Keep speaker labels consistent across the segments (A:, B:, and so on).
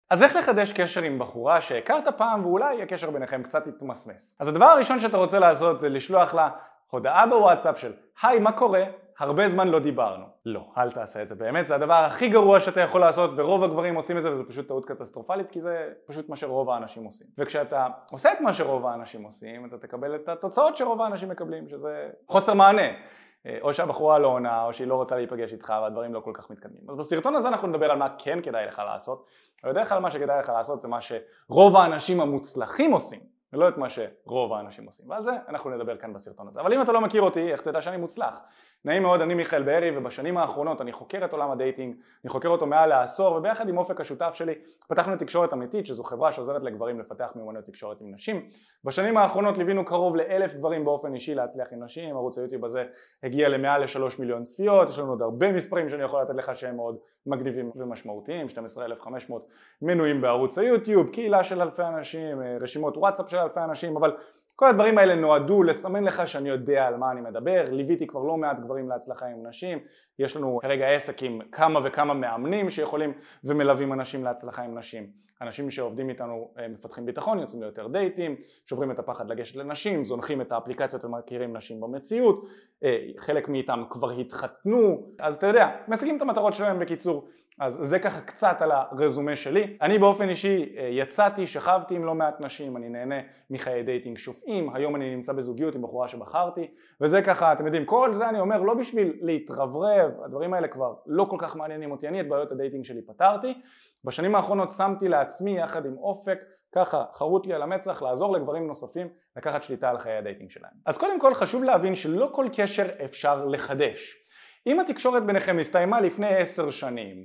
A: אז איך לחדש קשר עם בחורה שהכרת פעם ואולי הקשר ביניכם קצת יתמסמס? אז הדבר הראשון שאתה רוצה לעשות זה לשלוח לה הודעה בוואטסאפ של היי, מה קורה? הרבה זמן לא דיברנו. לא, אל תעשה את זה. באמת זה הדבר הכי גרוע שאתה יכול לעשות, ורוב הגברים עושים את זה, וזה פשוט טעות קטסטרופלית, כי זה פשוט מה שרוב האנשים עושים. וכשאתה עושה את מה שרוב האנשים עושים, אתה תקבל את התוצאות שרוב האנשים מקבלים, שזה חוסר מענה. או שהבחורה לא עונה, או שהיא לא רוצה להיפגש איתך, והדברים לא כל כך מתקדמים. אז בסרטון הזה אנחנו נדבר על מה כן כדאי לך לעשות, ובדרך כלל מה שכדאי לך לעשות זה מה שרוב האנשים המוצלחים עושים, ולא את מה שרוב האנשים עושים. ועל זה אנחנו נדבר כאן בסרטון הזה. אבל אם אתה לא מכיר אותי, איך תדע שאני מוצלח? נעים מאוד, אני מיכאל בארי, ובשנים האחרונות אני חוקר את עולם הדייטינג, אני חוקר אותו מעל לעשור, וביחד עם אופק השותף שלי פתחנו תקשורת אמיתית, שזו חברה שעוזרת לגברים לפתח מיומנויות תקשורת עם נשים. בשנים האחרונות ליווינו קרוב ל1,000 גברים באופן אישי להצליח עם נשים, ערוץ היוטיוב הזה הגיע למעל ל3 מיליון צפיות, יש לנו עוד הרבה מספרים שאני יכול לתת לך שהם מאוד מגניבים ומשמעותיים, 12,500 מנויים בערוץ היוטיוב, קהילה של אלפי אנשים, רשימות וואטסאפ של אלפי אנשים, אבל כל הדברים האלה נועדו לסמן לך שאני יודע על מה אני מדבר. ליוויתי כבר לא מעט גברים להצלחה עם נשים, יש לנו כרגע עסק עם כמה וכמה מאמנים שיכולים ומלווים אנשים להצלחה עם נשים. אנשים שעובדים איתנו מפתחים ביטחון, יוצאים ליותר דייטים, שוברים את הפחד לגשת לנשים, זונחים את האפליקציות ומכירים נשים במציאות, חלק מאיתם כבר התחתנו, אז אתה יודע, משיגים את המטרות שלהם בקיצור. אז זה ככה קצת על הרזומה שלי. אני באופן אישי יצאתי, שכבתי עם לא מעט נשים, אני נהנה מחיי דייטינג שופעים, היום אני נמצא בזוגיות עם בחורה שבחרתי, וזה ככה, אתם יודעים, כל זה אני אומר לא בשביל להתרברב, הדברים האלה כבר לא כל כך מעניינים אותי, אני את בעיות הדייטינג שלי פתרתי. בשנים האחרונות שמתי לעצמי יחד עם אופק, ככה חרוט לי על המצח, לעזור לגברים נוספים לקחת שליטה על חיי הדייטינג שלהם. אז קודם כל חשוב להבין שלא כל קשר אפשר לחדש. אם התקשורת ביניכם הסתיימה לפני 10 שנים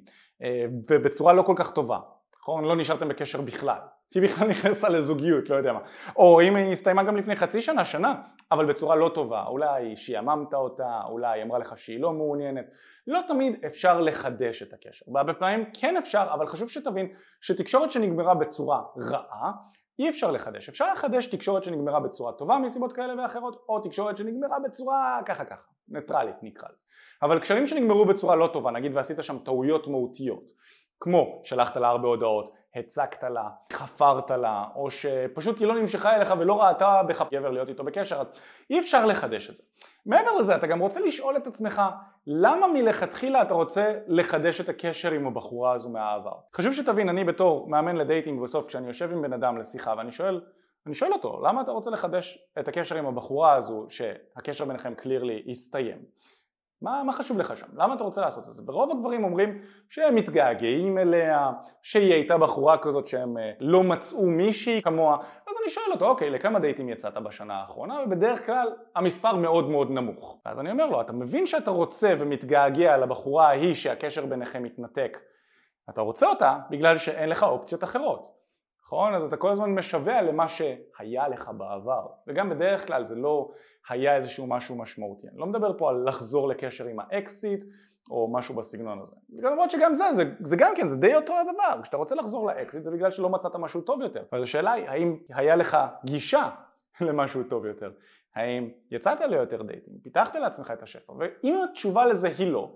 A: ובצורה לא כל כך טובה, נכון? לא נשארתם בקשר בכלל, כי בכלל נכנסה לזוגיות, לא יודע מה, או אם היא הסתיימה גם לפני חצי שנה, שנה, אבל בצורה לא טובה, אולי שיעממת אותה, אולי היא אמרה לך שהיא לא מעוניינת, לא תמיד אפשר לחדש את הקשר. בהרבה פעמים כן אפשר, אבל חשוב שתבין שתקשורת שנגמרה בצורה רעה אי אפשר לחדש. אפשר לחדש תקשורת שנגמרה בצורה טובה מסיבות כאלה ואחרות, או תקשורת שנגמרה בצורה ככה, ניטרלית נקרא לזה. אבל קשרים שנגמרו בצורה לא טובה, נגיד ועשית שם טעויות מהותיות, כמו שלחת לה הרבה הודעות, הצקת לה, חפרת לה, או שפשוט היא לא נמשכה אליך ולא ראתה בך גבר להיות איתו בקשר, אז אי אפשר לחדש את זה. מעבר לזה, אתה גם רוצה לשאול את עצמך, למה מלכתחילה אתה רוצה לחדש את הקשר עם הבחורה הזו מהעבר? חשוב שתבין, אני בתור מאמן לדייטינג בסוף, כשאני יושב עם בן אדם לשיחה ואני שואל אותו, למה אתה רוצה לחדש את הקשר עם הבחורה הזו שהקשר ביניכם clearly הסתיים? מה חשוב לך שם? למה אתה רוצה לעשות את זה? ברוב הגברים אומרים שהם מתגעגעים אליה, שהיא הייתה בחורה כזאת שהם לא מצאו מישהי כמוה. אז אני שואל אותו, אוקיי, לכמה דייטים יצאת בשנה האחרונה? ובדרך כלל המספר מאוד מאוד נמוך. אז אני אומר לו, אתה מבין שאתה רוצה ומתגעגע לבחורה ההיא שהקשר ביניכם מתנתק. אתה רוצה אותה בגלל שאין לך אופציות אחרות. נכון? אז אתה כל הזמן משווה למה שהיה לך בעבר, וגם בדרך כלל זה לא היה איזשהו משהו משמעותי. אני לא מדבר פה על לחזור לקשר עם האקסיט או משהו בסגנון הזה. למרות שגם זה גם כן, זה די אותו הדבר. כשאתה רוצה לחזור לאקסיט זה בגלל שלא מצאת משהו טוב יותר. אז השאלה היא, האם היה לך גישה למשהו טוב יותר? האם יצאת ליותר דייטים? פיתחת לעצמך את השפע? ואם התשובה לזה היא לא,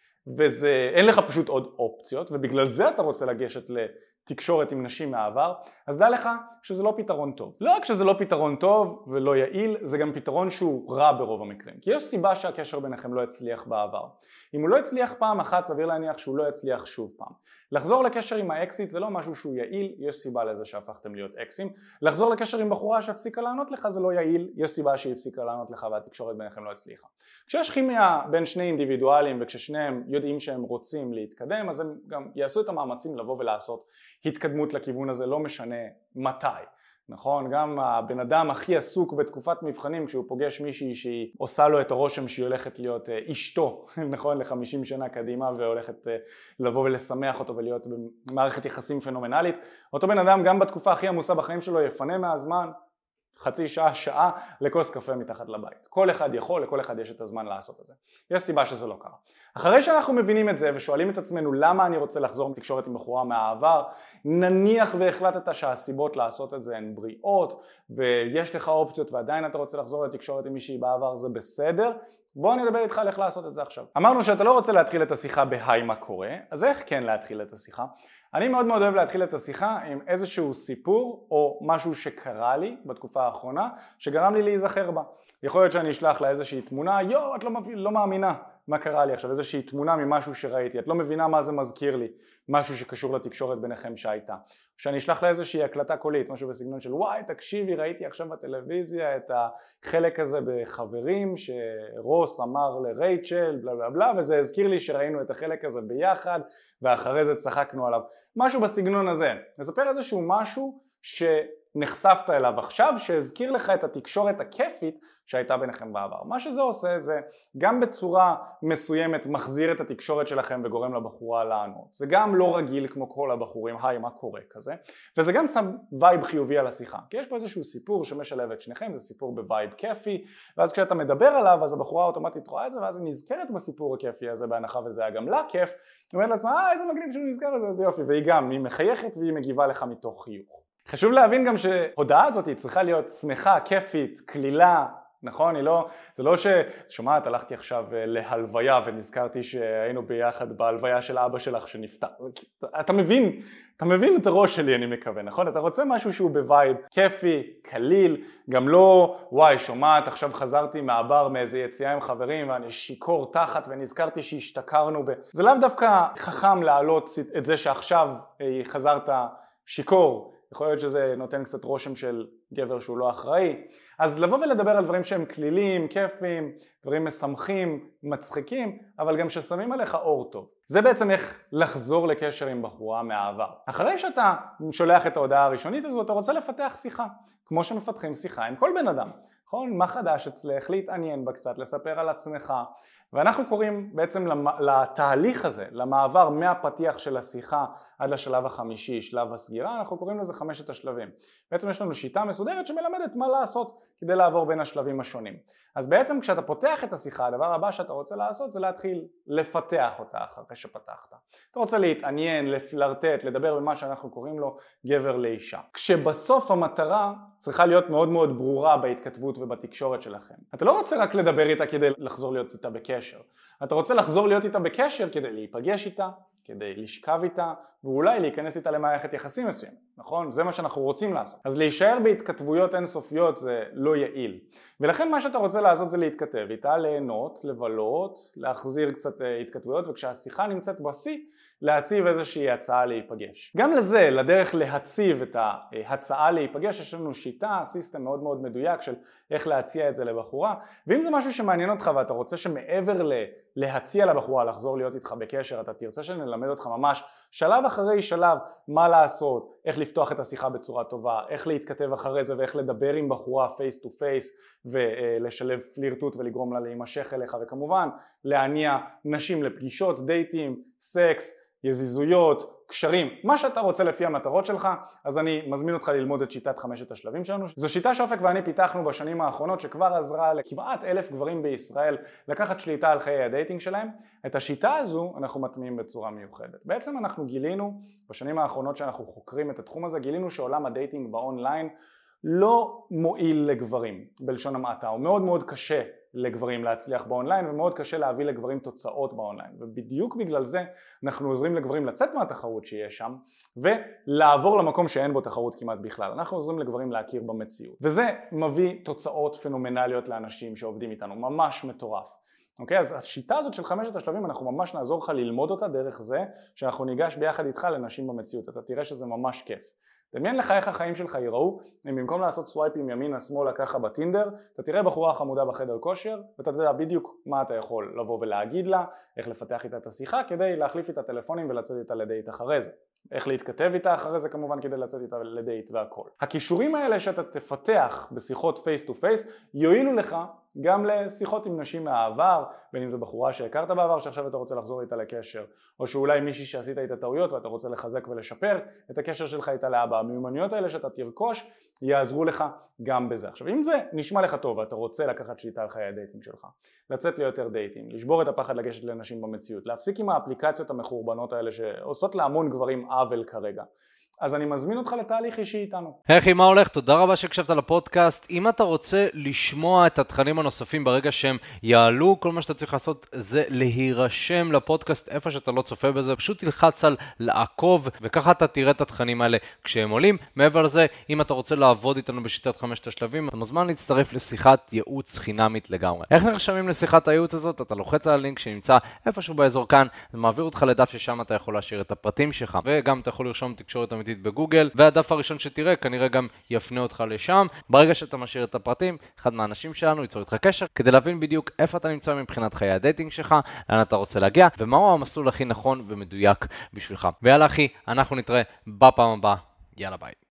A: ואין לך פשוט עוד אופציות, ובגלל זה אתה רוצה לגשת תקשורת עם נשים מהעבר, אז דע לך שזה לא פתרון טוב. לא רק שזה לא פתרון טוב ולא יעיל, זה גם פתרון שהוא רע ברוב המקרים. כי יש סיבה שהקשר ביניכם לא יצליח בעבר. אם הוא לא יצליח פעם אחת, סביר להניח שהוא לא יצליח שוב פעם. לחזור לקשר עם האקסיט זה לא משהו שהוא יעיל, יש סיבה לזה שהפכתם להיות אקסים. לחזור לקשר עם בחורה שהפסיקה לענות לך זה לא יעיל, יש סיבה שהיא הפסיקה לענות לך והתקשורת ביניכם לא הצליחה. כשיש כימיה בין שני אינדיבידואלים וכששניהם יודעים שהם רוצים להתקדם, אז הם גם יעשו את המאמצים לבוא ולעשות התקדמות לכיוון הזה, לא משנה מתי. נכון? גם הבן אדם הכי עסוק בתקופת מבחנים כשהוא פוגש מישהי שהיא עושה לו את הרושם שהיא הולכת להיות אשתו, נכון? ל50 שנה קדימה והולכת לבוא ולשמח אותו ולהיות במערכת יחסים פנומנלית. אותו בן אדם גם בתקופה הכי עמוסה בחיים שלו יפנה מהזמן חצי שעה, שעה לכוס קפה מתחת לבית. כל אחד יכול, לכל אחד יש את הזמן לעשות את זה. יש סיבה שזה לא קרה. אחרי שאנחנו מבינים את זה ושואלים את עצמנו למה אני רוצה לחזור מתקשורת עם בחורה מהעבר, נניח והחלטת שהסיבות לעשות את זה הן בריאות ויש לך אופציות ועדיין אתה רוצה לחזור לתקשורת עם מישהי בעבר, זה בסדר. בוא אני אדבר איתך על איך לעשות את זה עכשיו. אמרנו שאתה לא רוצה להתחיל את השיחה בהיי מה קורה, אז איך כן להתחיל את השיחה? אני מאוד מאוד אוהב להתחיל את השיחה עם איזשהו סיפור או משהו שקרה לי בתקופה האחרונה שגרם לי להיזכר בה. יכול להיות שאני אשלח לה איזושהי תמונה, את לא מאמינה מה קרה לי עכשיו, איזושהי תמונה ממשהו שראיתי, את לא מבינה מה זה מזכיר לי, משהו שקשור לתקשורת ביניכם שהייתה. שאני אשלח לה איזושהי הקלטה קולית, משהו בסגנון של וואי תקשיבי ראיתי עכשיו בטלוויזיה את החלק הזה בחברים שרוס אמר לרייצ'ל בלה בלה בלה וזה הזכיר לי שראינו את החלק הזה ביחד ואחרי זה צחקנו עליו, משהו בסגנון הזה. נספר איזשהו משהו שנחשפת אליו עכשיו שהזכיר לך את התקשורת הכיפית שהייתה ביניכם בעבר. מה שזה עושה זה גם בצורה מסוימת מחזיר את התקשורת שלכם וגורם לבחורה לענות. זה גם לא רגיל כמו כל הבחורים, היי מה קורה כזה, וזה גם שם וייב חיובי על השיחה, כי יש פה איזשהו סיפור שמשלב את שניכם, זה סיפור בווייב כיפי, ואז כשאתה מדבר עליו אז הבחורה אוטומטית רואה את זה ואז היא נזכרת בסיפור הכיפי הזה בהנחה וזה היה גם לה כיף, היא אומרת לעצמה איזה מגניב שהוא נזכר בזה, איזה יופי, היא מחייכת והיא מגיבה לך מתוך חיוך. חשוב להבין גם שהודעה הזאת היא צריכה להיות שמחה, כיפית, כלילה, נכון? זה לא ששומעת, הלכתי עכשיו להלוויה ונזכרתי שהיינו ביחד בהלוויה של אבא שלך שנפטר. אתה מבין את הראש שלי אני מקווה, נכון? אתה רוצה משהו שהוא בווייב כיפי, קליל, גם לא וואי שומעת, עכשיו חזרתי מהבר מאיזה יציאה עם חברים ואני שיקור תחת ונזכרתי שהשתכרנו זה לאו דווקא חכם להעלות את זה שעכשיו חזרת שיקור. יכול להיות שזה נותן קצת רושם של גבר שהוא לא אחראי. אז לבוא ולדבר על דברים שהם כלילים, כיפים, דברים משמחים, מצחיקים, אבל גם ששמים עליך אור טוב. זה בעצם איך לחזור לקשר עם בחורה מהעבר. אחרי שאתה שולח את ההודעה הראשונית הזו, אתה רוצה לפתח שיחה, כמו שמפתחים שיחה עם כל בן אדם. נכון? מה חדש אצלך? להתעניין בה קצת, לספר על עצמך. ואנחנו קוראים בעצם לתהליך הזה, למעבר מהפתיח של השיחה עד לשלב החמישי, שלב הסגירה, אנחנו קוראים לזה 5 השלבים. בעצם יש לנו שיטה מסודרת שמלמדת מה לעשות כדי לעבור בין השלבים השונים. אז בעצם כשאתה פותח את השיחה, הדבר הבא שאתה רוצה לעשות זה להתחיל לפתח אותה אחרי שפתחת. אתה רוצה להתעניין, לפלרטט, לדבר במה שאנחנו קוראים לו גבר לאישה. כשבסוף המטרה צריכה להיות מאוד מאוד ברורה בהתכתבות ובתקשורת שלכם. אתה לא רוצה רק לדבר איתה כדי לחזור להיות איתה בקשר. אתה רוצה לחזור להיות איתה בקשר כדי להיפגש איתה, כדי לשכב איתה, ואולי להיכנס איתה למערכת יחסים מסוים, נכון? זה מה שאנחנו רוצים לעשות. אז להישאר בהתכתבויות אינסופיות זה לא יעיל. ולכן מה שאתה רוצה לעשות זה להתכתב איתה, ליהנות, לבלות, להחזיר קצת התכתבויות, וכשהשיחה נמצאת בשיא, להציב איזושהי הצעה להיפגש. גם לזה, לדרך להציב את ההצעה להיפגש, יש לנו שיטה, סיסטם מאוד מאוד מדויק של איך להציע את זה לבחורה, ואם זה משהו שמעניין אותך ואתה רוצה שמעבר להציע לבחורה לחזור להיות איתך בקשר, אתה תרצה שנלמד אותך ממש שלב אחרי שלב מה לעשות, איך לפתוח את השיחה בצורה טובה, איך להתכתב אחרי זה ואיך לדבר עם בחורה פייס טו פייס ולשלב פלירטוט ולגרום לה להימשך אליך, וכמובן להניע נשים לפגישות, דייטים, סקס, יזיזויות, קשרים, מה שאתה רוצה לפי המטרות שלך. אז אני מזמין אותך ללמוד את שיטת 5 השלבים שלנו. זו שיטה שאופק ואני פיתחנו בשנים האחרונות שכבר עזרה לכמעט 1,000 גברים בישראל לקחת שליטה על חיי הדייטינג שלהם. את השיטה הזו אנחנו מטמיעים בצורה מיוחדת. בעצם אנחנו גילינו בשנים האחרונות שאנחנו חוקרים את התחום הזה, גילינו שעולם הדייטינג באונליין לא מועיל לגברים בלשון המעטה, הוא מאוד מאוד קשה לגברים להצליח באונליין ומאוד קשה להביא לגברים תוצאות באונליין, ובדיוק בגלל זה אנחנו עוזרים לגברים לצאת מהתחרות שיש שם ולעבור למקום שאין בו תחרות כמעט בכלל. אנחנו עוזרים לגברים להכיר במציאות, וזה מביא תוצאות פנומנליות לאנשים שעובדים איתנו, ממש מטורף. אוקיי, אז השיטה הזאת של 5 השלבים אנחנו ממש נעזור לך ללמוד אותה דרך זה שאנחנו ניגש ביחד איתך לנשים במציאות. אתה תראה שזה ממש כיף. דמיין לך איך החיים שלך ייראו אם במקום לעשות סווייפים ימינה שמאלה ככה בטינדר, אתה תראה בחורה חמודה בחדר כושר ואתה תדע בדיוק מה אתה יכול לבוא ולהגיד לה, איך לפתח איתה את השיחה כדי להחליף איתה טלפונים ולצאת איתה לדייט אחרי זה, איך להתכתב איתה אחרי זה כמובן כדי לצאת איתה לדייט והכל. הכישורים האלה שאתה תפתח בשיחות פייס טו פייס יועילו לך גם לשיחות עם נשים מהעבר, בין אם זה בחורה שהכרת בעבר שעכשיו אתה רוצה לחזור איתה לקשר, או שאולי מישהי שעשית איתה טעויות ואתה רוצה לחזק ולשפר את הקשר שלך איתה לאבא. המיומנויות האלה שאתה תרכוש יעזרו לך גם בזה. עכשיו אם זה נשמע לך טוב ואתה רוצה לקחת שליטה על חיי הדייטינג שלך, לצאת ליותר דייטים, לשבור את הפחד לגשת לנשים במציאות, להפסיק עם האפליקציות המחורבנות האלה שעושות להמון גברים עוול כרגע, אז אני מזמין אותך לתהליך אישי איתנו.
B: אחי, מה הולך? תודה רבה שהקשבת לפודקאסט. אם אתה רוצה לשמוע את התכנים הנוספים ברגע שהם יעלו, כל מה שאתה צריך לעשות זה להירשם לפודקאסט איפה שאתה לא צופה בזה. פשוט תלחץ על לעקוב, וככה אתה תראה את התכנים האלה כשהם עולים. מעבר לזה, אם אתה רוצה לעבוד איתנו בשיטת 5 השלבים, אתה מוזמן להצטרף לשיחת ייעוץ חינמית לגמרי. איך נרשמים לשיחת הייעוץ הזאת? אתה לוחץ על הלינק שנמצא איפשהו באזור כאן, זה מעביר אותך לדף ששם אתה יכול להשאיר את הפרטים שלך, וגם אתה יכול לרשום תקשורת אמיתית בגוגל, והדף הראשון שתראה כנראה גם יפנה אותך לשם. ברגע שאתה משאיר את הפרטים, אחד מהאנשים שלנו ייצור איתך קשר כדי להבין בדיוק איפה אתה נמצא מבחינת חיי הדייטינג שלך, לאן אתה רוצה להגיע, ומהו המסלול הכי נכון ומדויק בשבילך. ויאללה אחי, אנחנו נתראה בפעם הבאה. יאללה ביי.